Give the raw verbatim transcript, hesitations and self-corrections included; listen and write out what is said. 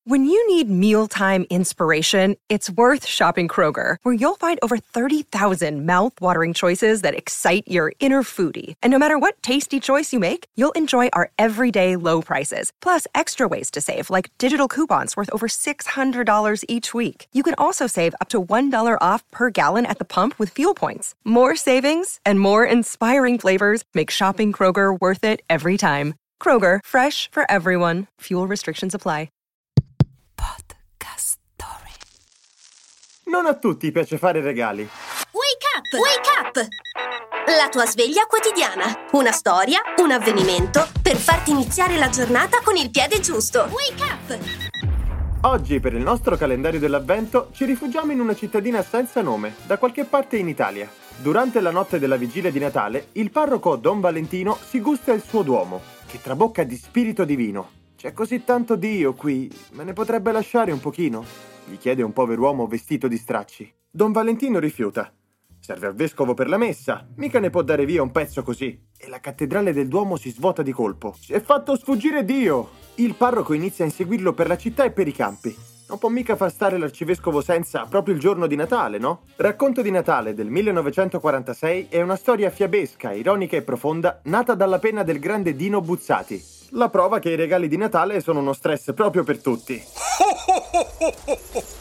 When you need mealtime inspiration, it's worth shopping Kroger, where you'll find over thirty thousand mouth-watering choices that excite your inner foodie. And no matter what tasty choice you make, you'll enjoy our everyday low prices, plus extra ways to save, like digital coupons worth over six hundred dollars each week. You can also save up to one dollar off per gallon at the pump with fuel points. More savings and more inspiring flavors make shopping Kroger worth it every time. Kroger, fresh for everyone. Fuel restrictions apply. Podcast Story. Non a tutti piace fare regali. Wake up! Wake up! La tua sveglia quotidiana. Una storia, un avvenimento per farti iniziare la giornata con il piede giusto. Wake up! Oggi, per il nostro calendario dell'avvento, ci rifugiamo in una cittadina senza nome, da qualche parte in Italia. Durante la notte della vigilia di Natale, il parroco Don Valentino si gusta il suo duomo, che trabocca di spirito divino. C'è così tanto Dio qui, me ne potrebbe lasciare un pochino? Gli chiede un pover'uomo vestito di stracci. Don Valentino rifiuta. Serve al vescovo per la messa, mica ne può dare via un pezzo così. E la cattedrale del Duomo si svuota di colpo. Si è fatto sfuggire Dio! Il parroco inizia a inseguirlo per la città e per i campi. Non può mica far stare l'arcivescovo senza proprio il giorno di Natale, no? Racconto di Natale del millenovecentoquarantasei è una storia fiabesca, ironica e profonda, nata dalla penna del grande Dino Buzzati. La prova che i regali di Natale sono uno stress proprio per tutti.